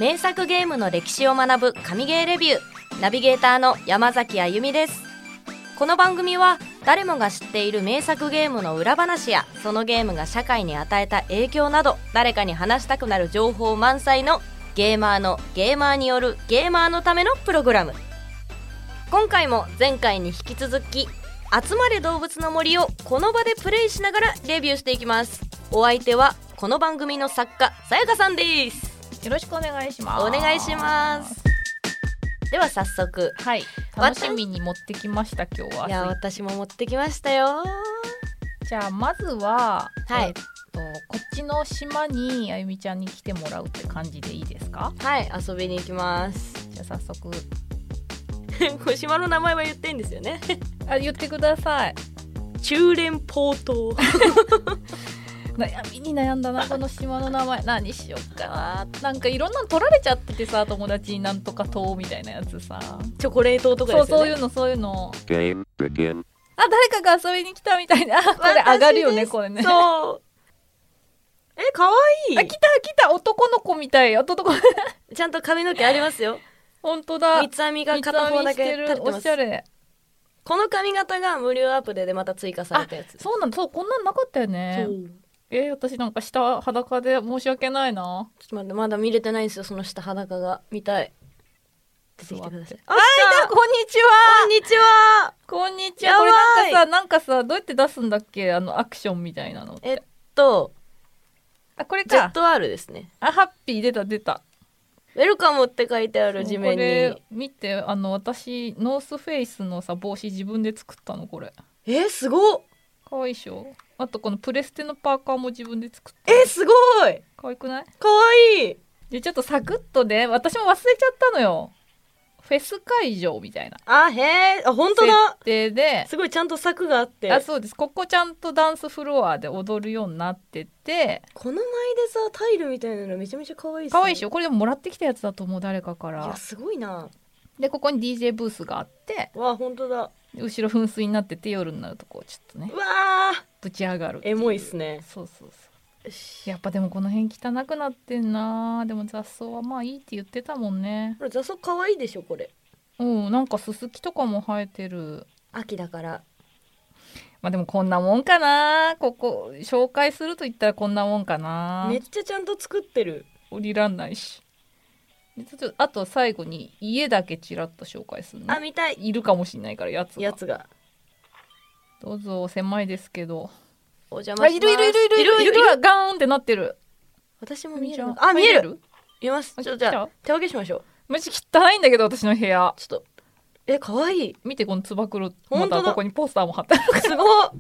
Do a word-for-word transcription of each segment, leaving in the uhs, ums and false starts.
名作ゲームの歴史を学ぶ神ゲーレビュー、ナビゲーターの山崎あゆみです。この番組は誰もが知っている名作ゲームの裏話やそのゲームが社会に与えた影響など、誰かに話したくなる情報満載のゲーマーのゲーマーによるゲーマーのためのプログラム。今回も前回に引き続き集まれ動物の森をこの場でプレイしながらレビューしていきます。お相手はこの番組の作家さやかさんです。 よろしくお願いします。 お願いします。では早速、 はい、楽しみに持ってきました。今日は。 いや私も持ってきましたよ。 じゃあまずは、 はい、 えー、っとこっちの島にあゆみちゃんに来てもらうって感じでいいですか？ はい、遊びに行きます。 じゃあ早速島の名前は言ってんですよね。 あ、言ってください。 中連ポート悩みに悩んだな、この島の名前何しようかな。なんかいろんなの取られちゃっててさ、友達になんとか島みたいなやつさ、 チョコレートとかですよね。 そう、そういうのそういうの。Game begin。あ、誰かが遊びに来たみたいな。これ上がるよね、これね。 そう。え、かわいい。 あ、来た来た、男の子みたい。男ちゃんと髪の毛ありますよ。 本当だ。 三つ編みが片方だけ垂れてます。 おしゃれ。 この髪型が無料アップデでまた追加されたやつ。 そうなの。そう、こんなんなかったよね。そう。えー、私なんか下裸で申し訳ないな。 ちょっと待って、まだ見れてないんですよ、その下裸が。見たい。出てきてください。 あ、いた、こんにちは。 こんにちは。 こんにちは。これなんかさ、なんかさ、どうやって出すんだっけ、あのアクションみたいなのって。 えっと、 あ、これか。 ゼットアール ですね。 あ、ハッピー出た出た。 ウェルカムって書いてある地面に。これ見て、あの私ノースフェイスのさ帽子自分で作ったのこれ。 えー、すごっ。 かわいいでしょ。あとこのプレステのパーカーも自分で作った。 えー、すごい。 かわいくない？ かわいい。 でちょっとサクッとね、私も忘れちゃったのよ。フェス会場みたいな。 あ、へえ、あ、本当だ。 設定ですごいちゃんと柵があって。 あ、そうです。ここちゃんとダンスフロアで踊るようになってて、 この前でさタイルみたいなのめちゃめちゃ可愛いですね。 可愛いでしょ。これでももらってきたやつだと思う、誰かから。 いやすごいな。 でここに ディージェー ブースがあって、 わあ本当だ。 後ろ噴水になってて、夜になるとこうちょっとね、 うわーぶち上がる。 エモいっすね。 そうそうそう。やっぱでもこの辺汚くなってんな。でも雑草はまあいいって言ってたもんね。 これ雑草可愛いでしょこれ。 うん、なんかススキとかも生えてる。 秋だから。 まあでもこんなもんかな。ここ紹介すると言ったらこんなもんかな。 めっちゃちゃんと作ってる。 降りらんないし。ちょっとあと最後に家だけちらっと紹介するね。 あ、見たい。 いるかもしれないから、やつが。 やつが。 どうぞ。狭いですけど。 お邪魔します。 あ、いるいるいるいるいるいるいる。ガーンってなってる。 私も見える。あ、見える。見えます。ちょっとじゃあ手分けしましょう。 マジ汚いんだけど私の部屋。 ちょっと。え、かわいい。 見てこのつば九郎。またここにポスターも貼ってある。 すごっ。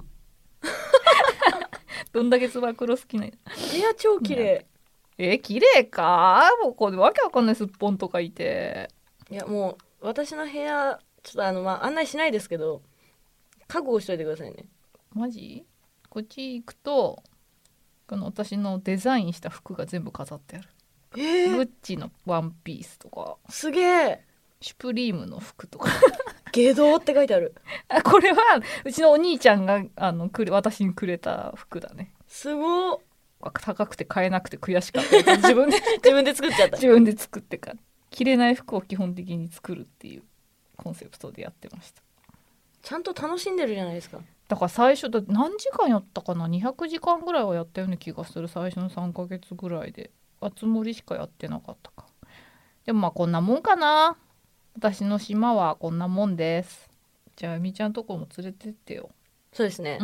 どんだけつば九郎好きなの。 部屋超綺麗。 え、綺麗か？もうこれわけわかんないすっぽんとかいて。 いやもう私の部屋ちょっとあのまあ案内しないですけど、覚悟しといてくださいね。 マジ？こっち行くとこの私のデザインした服が全部飾ってある。 えー、 グッチのワンピースとか、 すげえ、 シュプリームの服とか下道って書いてある。 あ、これはうちのお兄ちゃんがあのくれ私にくれた服だね。 すごっ。 高くて買えなくて悔しかった自分で自分で作っちゃった。 自分で作ってから着れない服を基本的に作るっていうコンセプトでやってました。 ちゃんと楽しんでるじゃないですか。 だから最初だ何時間やったかな、にひゃくじかんぐらいはやったような気がする。最初のさんかげつぐらいで。あつ森しかやってなかったか。でもまあこんなもんかな。私の島はこんなもんです。じゃあみちゃんとこも連れてってよ。 そうですね。 うん。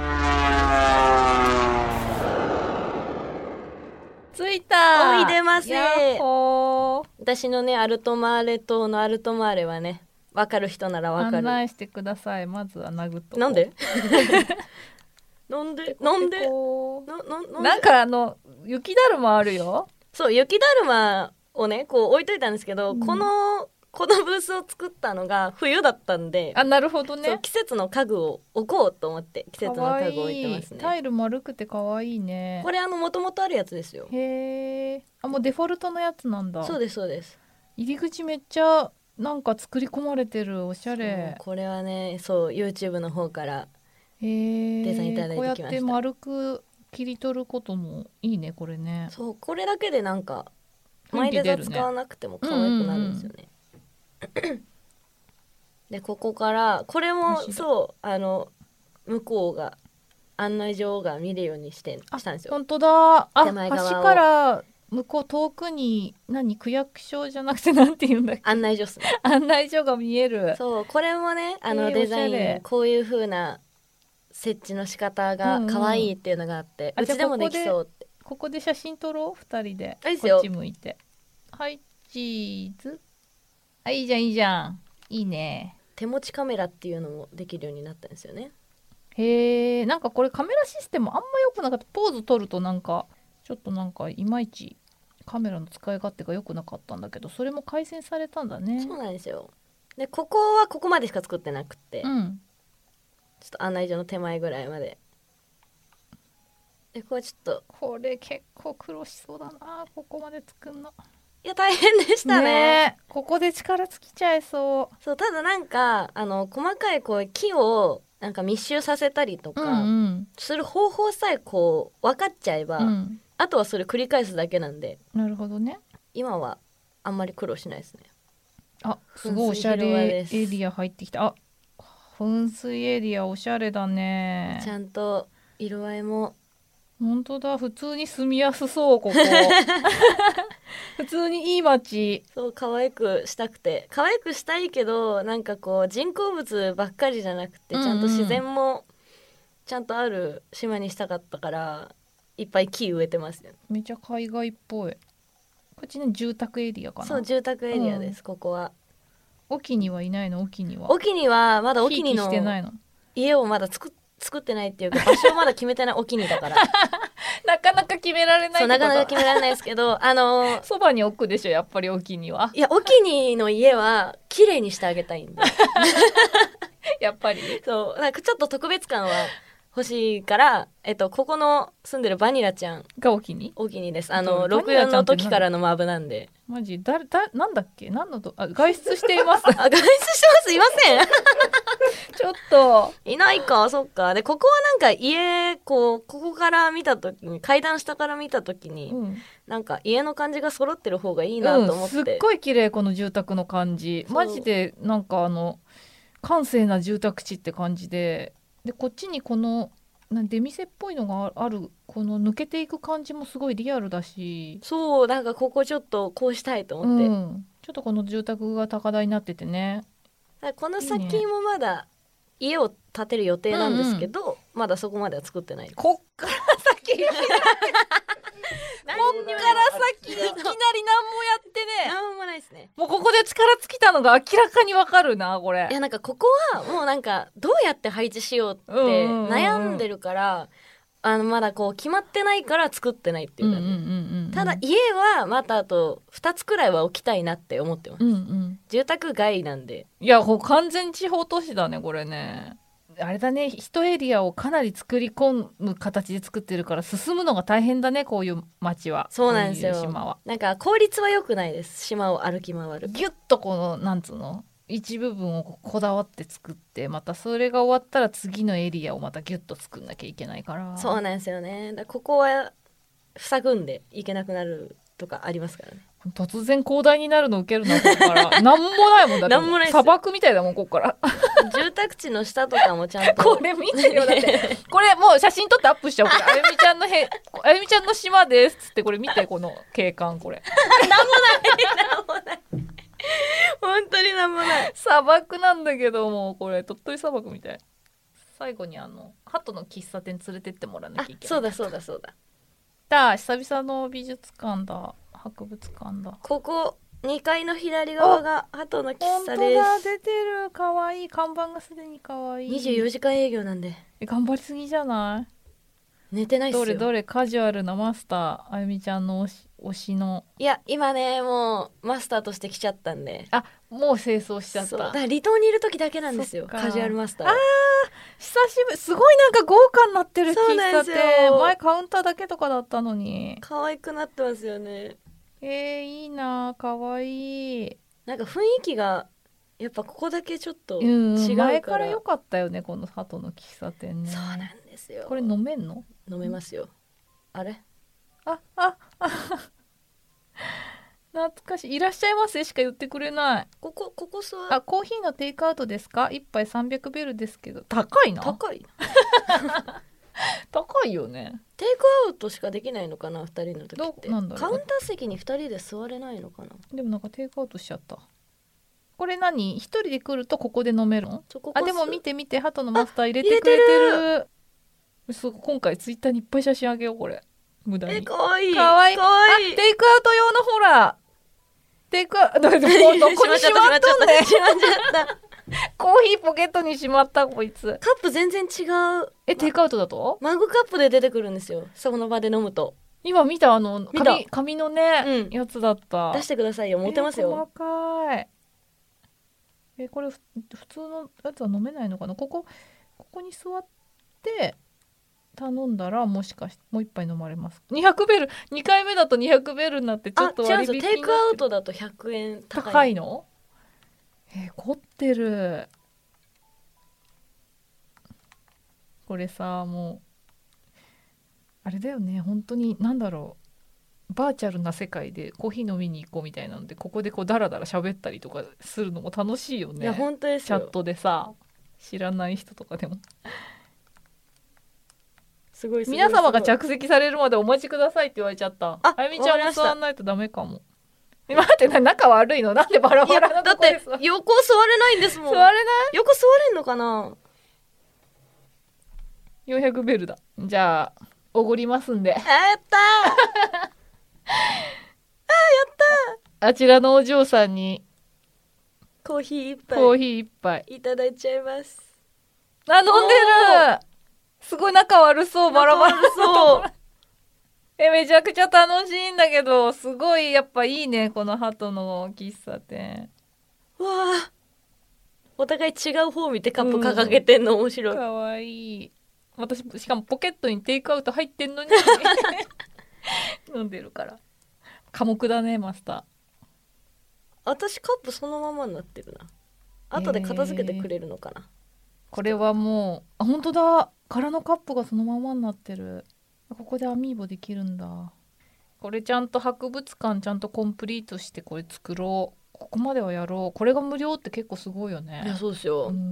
着いた。 おいでませ。 やっほー。 私のねアルトマーレ島のアルトマーレはね、分かる人なら分かる。 案内してください。まずは殴っとこう。 なんでなんでなんでな な, なんかあの雪だるまあるよ。 そう雪だるまをねこう置いといたんですけど、うん、このこのブースを作ったのが冬だったんで、 あ、なるほどね。 そう季節の家具を置こうと思って季節の家具を置いてますね。 タイル丸くて可愛いね。 これあの元々あるやつですよ。 へえ。あ、もうデフォルトのやつなんだ。 そうですそうです。 入り口めっちゃなんか作り込まれてる。おしゃれ。 これはね、そう YouTube の方からデザインいただいてきました。こうやって丸く切り取ることもいいねこれね。 そうこれだけでなんか前雰囲気出るねデザ使わなくても可愛くなるんですよね、うんうんうん、でここからこれもそうあの向こうが案内状が見るようにしてしたんですよ。 本当だ。あ、 手前側を橋から向こう遠くに何区役所じゃなくてなんて言うんだっけ、 案内所っすね。 案内所が見える。 そうこれもねあの、 えーデザイおしゃれンこういう風な設置の仕方が可愛いっていうのがあって、 うんうん、 うちでもできそうって。 ここで写真撮ろうふたりで。 いいですよ。 こっち向いて。はいチーズ。あ、いいじゃんいいじゃん、いいね。 手持ちカメラっていうのもできるようになったんですよね。 へえ、なんかこれカメラシステムあんま良くなかった。ポーズ撮るとなんかちょっとなんかいまいちカメラの使い勝手が良くなかったんだけど、それも改善されたんだね。 そうなんですよ。でここはここまでしか作ってなくて、 うん、 ちょっと案内所の手前ぐらいまで。でこれちょっとこれ結構苦労しそうだな、ここまで作るの。 いや大変でしたね。 ねえ、ここで力尽きちゃいそう。 そうただなんかあの細かいこう木をなんか密集させたりとか、 うんうん、 する方法さえこう分かっちゃえば、 うん、 あとはそれ繰り返すだけなんで、 なるほどね。 今はあんまり苦労しないですね。 あ、すごいおしゃれエリア入ってきた。あ、噴水エリアおしゃれだね。 ちゃんと色合いも本当だ、普通に住みやすそうここ普通にいい街。 そう可愛くしたくて可愛くしたいけどなんかこう人工物ばっかりじゃなくて、ちゃんと自然もちゃんとある島にしたかったからいっぱい木植えてますよ。 めっちゃ海外っぽい。こっちね住宅エリアかな。 そう住宅エリアです、 うん、 ここは。 沖にはいないの？沖には沖にはまだ沖にの家をまだ作っ作ってないっていうか場所をまだ決めてない沖にだからなかなか決められないってこと。 そうなかなか決められないですけどあのそばに置くでしょやっぱり沖には。 いや沖にの家は綺麗にしてあげたいんでやっぱりそうなんかちょっと特別感は欲しいから、えっと、ここの住んでるバニラちゃんが沖に沖にです。あのろくじゅうよんの時からのマブなんで。 マジだだなんだっけ何のとあ外出していますあ外出してますいませんちょっといないか。そっか。でここはなんか家こうここから見た時に階段下から見た時に、うん、なんか家の感じが揃ってる方がいいなと思って、 うん、すっごい綺麗この住宅の感じ。マジでなんかあの閑静な住宅地って感じで、でこっちにこのなん出店っぽいのがあるこの抜けていく感じもすごいリアルだし、 そうなんかここちょっとこうしたいと思って、うん、 ちょっとこの住宅が高台になっててね。 この先もまだ家を建てる予定なんですけど、うんうん、まだそこまでは作ってないです。 こっから先こっから先いきなり何もやってね何もないですね。 もうここで力尽きたのが明らかにわかるなこれ。 いやなんかここはもうなんかどうやって配置しようって悩んでるから、うんうんうん、あのまだこう決まってないから作ってないっていうかね、うんうんうんうん、ただ家はまたあとふたつくらいは置きたいなって思ってます、うんうん、住宅街なんで。 いや完全地方都市だねこれね。あれだね、一エリアをかなり作り込む形で作ってるから進むのが大変だねこういう街は。 そうなんですよ。 こういう島はなんか効率は良くないです。島を歩き回るギュッとこのなんつうの一部分をこだわって作って、またそれが終わったら次のエリアをまたギュッと作んなきゃいけないから。 そうなんですよね。だここは塞ぐんで行けなくなるとかありますからね。 突然広大になるの受けるなここからなんもないもんだって。なんもない砂漠みたいだもんここから住宅地の下とかもちゃんとこれ見てよだってこれもう写真撮ってアップしちゃおう。これあゆみちゃんのへあゆみちゃんの島ですっつってこれ見てこの景観これなんもないなんもない本当になんもない砂漠なんだけどもこれ鳥取砂漠みたい。最後にあの鳩の喫茶店連れてってもらわなきゃいけない。 そうだそうだそうだだ久々の美術館だ博物館だ。 ここにかいの左側が鳩の喫茶です。 本当だ出てる。かわいい看板がすでにかわいい。 にじゅうよじかん営業なんで。 え頑張りすぎじゃない？ 寝てないっすよ。 どれどれカジュアルなマスターあゆみちゃんの推し、推しの。 いや今ねもうマスターとして来ちゃったんで。 あもう清掃しちゃった。そうだから離島にいる時だけなんですよカジュアルマスター。 あー久しぶり。すごいなんか豪華になってる喫茶店。前カウンターだけとかだったのに可愛くなってますよね。 えー、いいなかわいい。 なんか雰囲気がやっぱここだけちょっと違うから、うん、 前から良かったよねこの鳩の喫茶店ね。 そうなんですよ。 これ飲めんの？ 飲めますよ。あれあああかしい。いらっしゃいませしか言ってくれない。 ここここ座あ、コーヒーのテイクアウトですか？一杯さんびゃくベルですけど。高いな。 高い高いよね。 テイクアウトしかできないのかな、ふたりの時って。 どうなんだろう。 カウンター席にふたりで座れないのかな。 でもなんかテイクアウトしちゃった。これ何？一人で来るとここで飲めるの？ そこあ、でも見て見て、ハトのマスター入れてくれてる。そう、今回ツイッターにいっぱい写真あげよう。これ無駄に。 え、かわいいかわいい。 かわいい。 あ、テイクアウト用のほらテイクアウト、どこにしまっとんねん。 しまっちゃったコーヒーポケットにしまった。こいつカップ全然違う。 え、テイクアウトだとマグカップで出てくるんですよ、その場で飲むと。 今見た、あの見た紙、紙のね、 うんやつだった。 出してくださいよ、持てますよ。 細かい。え、これふ普通のやつは飲めないのかな。ここここに座って頼んだら、もしかしてもう一杯飲まれます。にひゃくベル、にかいめだとにひゃくベルになってちょっと割引になってる。 あ、違うんですよ、テイクアウトだとひゃくえん高い。 高いの？えー、凝ってる。これさ、もうあれだよね、本当に何だろう、バーチャルな世界でコーヒー飲みに行こうみたいなので、ここでこうダラダラ喋ったりとかするのも楽しいよね。 いや本当ですよ。 チャットでさ、知らない人とかでもすごいすごい。 皆様が着席されるまでお待ちくださいって言われちゃった。 あ、 あゆみちゃんも座らないとダメかも。待って、仲悪いの？なんでバラバラなとこでさ。 だって横座れないんですもん。 座れない？ 横座れんのかな。 よんひゃくベルだ。じゃあおごりますんで。 あ、やったーあ、やったー。あちらのお嬢さんにコーヒー一杯コーヒー一杯いただいちゃいます。 あ、飲んでる。すごい仲悪そう。バラバラそうえ、めちゃくちゃ楽しいんだけど、すごいやっぱいいね、このハトの喫茶店。 わあ、お互い違う方見てカップ掲げてんの面白い。 かわいい。私しかもポケットにテイクアウト入ってんのに飲んでるから。寡黙だね、マスター。 私カップそのままになってるな。後で片付けてくれるのかな。 これはもう、あ、本当だ、空のカップがそのままになってる。ここでアミーボできるんだ。これちゃんと博物館ちゃんとコンプリートしてこれ作ろう。ここまではやろう。これが無料って結構すごいよね。 いや、そうですよ。 うん、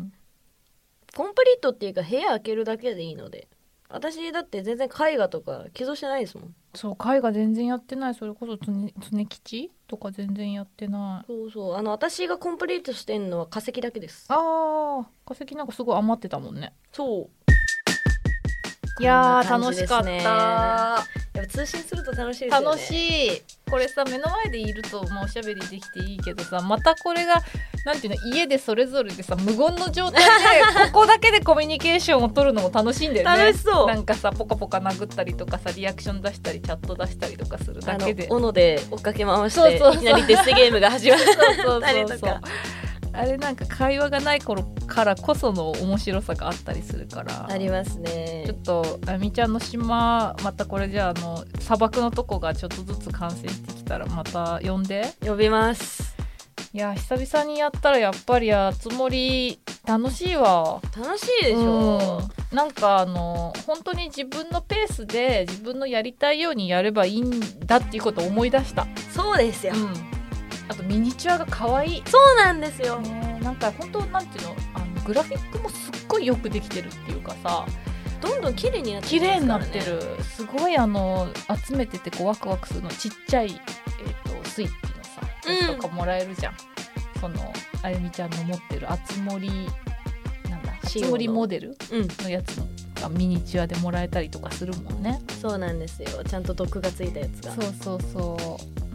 コンプリートっていうか部屋開けるだけでいいので。私だって全然絵画とか寄贈してないですもん。 そう、絵画全然やってない。それこそつね吉とか全然やってない。 そうそう、あの私がコンプリートしてんのは化石だけです。 あー、化石なんかすごい余ってたもんね。 そう、 いやー、 こんな感じですね。 楽しかった。 やっぱ通信すると楽しいですよね。 楽しい。これさ、目の前でいると、まあ、おしゃべりできていいけどさ、またこれがなんていうの、家でそれぞれでさ、無言の状態でここだけでコミュニケーションを取るのも楽しいんだよね。 楽しそう。 なんかさ、ポカポカ殴ったりとかさ、リアクション出したりチャット出したりとかするだけで、 あの斧で追っかけ回して、 そうそうそう、 いきなりデスゲームが始まそうそうったりそうそうとか。 あれなんか会話がない頃からこその面白さがあったりするから。 ありますね。 ちょっとあみちゃんの島、またこれじゃあ、あの砂漠のとこがちょっとずつ完成してきたらまた呼んで。 呼びます。 いや、久々にやったらやっぱりあつ森楽しいわ。 楽しいでしょ、 うん、なんかあの本当に自分のペースで自分のやりたいようにやればいいんだっていうことを思い出した。 そうですよ、 うん、あとミニチュアが可愛い。 そうなんですよ、 ね、なんか本当なんていうの、あのグラフィックもすっごいよくできてるっていうかさ、 どんどん綺麗になって綺麗になますからね。 ってる。すごいあの集めててこうワクワクするの。ちっちゃい、えー、とスイッチのさやつとかもらえるじゃん、うん、そのあゆみちゃんの持ってるあつ森なんだあつ森モデルのやつがミニチュアでもらえたりとかするもんね。 そうなんですよ、ちゃんと毒がついたやつが。 そうそうそう、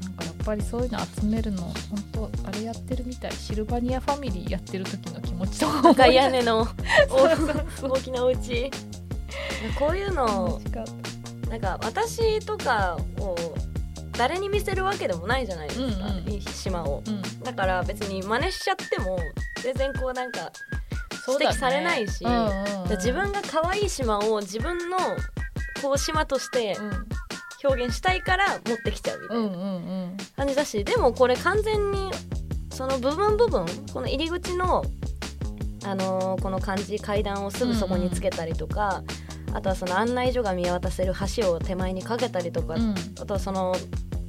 なんかやっぱりそういうの集めるの本当あれやってるみたい。シルバニアファミリーやってる時の気持ちとか。 赤い屋根のそうそうそう大きなお家。こういうのなんか私とかを誰に見せるわけでもないじゃないですか、うんうん、島を、うん、だから別に真似しちゃっても全然こうなんか指摘されないし、ね、うんうんうん、自分が可愛い島を自分のこう島として表現したいから持ってきちゃうみたいな感じだし、でもこれ完全にその部分部分この入り口のあのー、この漢字階段をすぐそこにつけたりとか、うんうん、あとはその案内所が見渡せる橋を手前にかけたりとか、うん、あとはその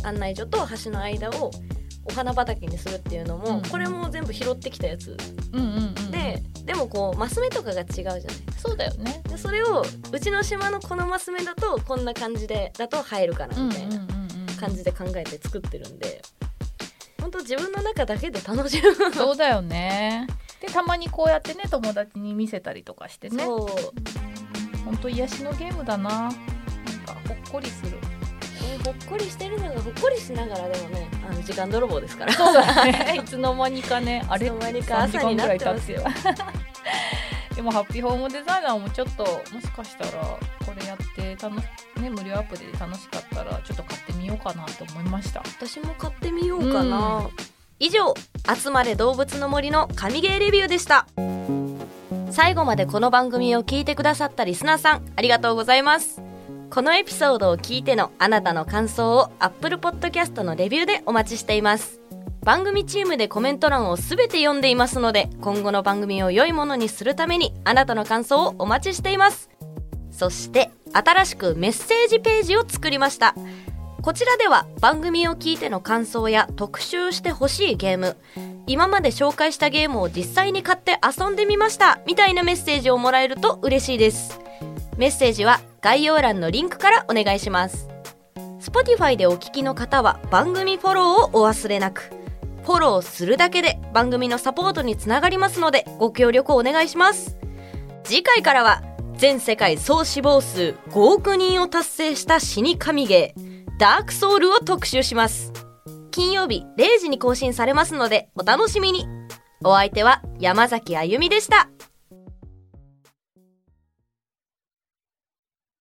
案内所と橋の間をお花畑にするっていうのも、うん、これも全部拾ってきたやつ、うんうんうん、ででもこうマス目とかが違うじゃない。 そうだよね。 でそれをうちの島のこのマス目だとこんな感じでだと映えるかなみたいな感じで考えて作ってるんで、本当自分の中だけで楽しむそうだよね。でたまにこうやってね友達に見せたりとかしてね。そう本当癒しのゲームだな。なんかほっこりする。 ほっこりしてるのがほっこりしながらでもね、あの時間泥棒ですから。 そうだね。いつの間にかね、あれいつの間にか朝になってますよ。 でもハッピーホームデザイナーもちょっともしかしたらこれやって楽し、ね、無料アップで楽しかったらちょっと買ってみようかなと思いました。 私も買ってみようかな、うん、以上集まれ動物の森の神ゲーレビューでした。最後までこの番組を聞いてくださったリスナーさんありがとうございます。このエピソードを聞いてのあなたの感想を Apple Podcast のレビューでお待ちしています。番組チームでコメント欄をすべて読んでいますので、今後の番組を良いものにするためにあなたの感想をお待ちしています。そして新しくメッセージページを作りました。こちらでは番組を聞いての感想や特集してほしいゲーム、今まで紹介したゲームを実際に買って遊んでみましたみたいなメッセージをもらえると嬉しいです。メッセージは概要欄のリンクからお願いします。 Spotify でお聞きの方は番組フォローをお忘れなく。フォローするだけで番組のサポートにつながりますのでご協力お願いします。次回からは全世界総死亡数ごおく人を達成した死に神ゲーダークソウルを特集します。金曜日れいじに更新されますのでお楽しみに。お相手は山崎あゆみでした。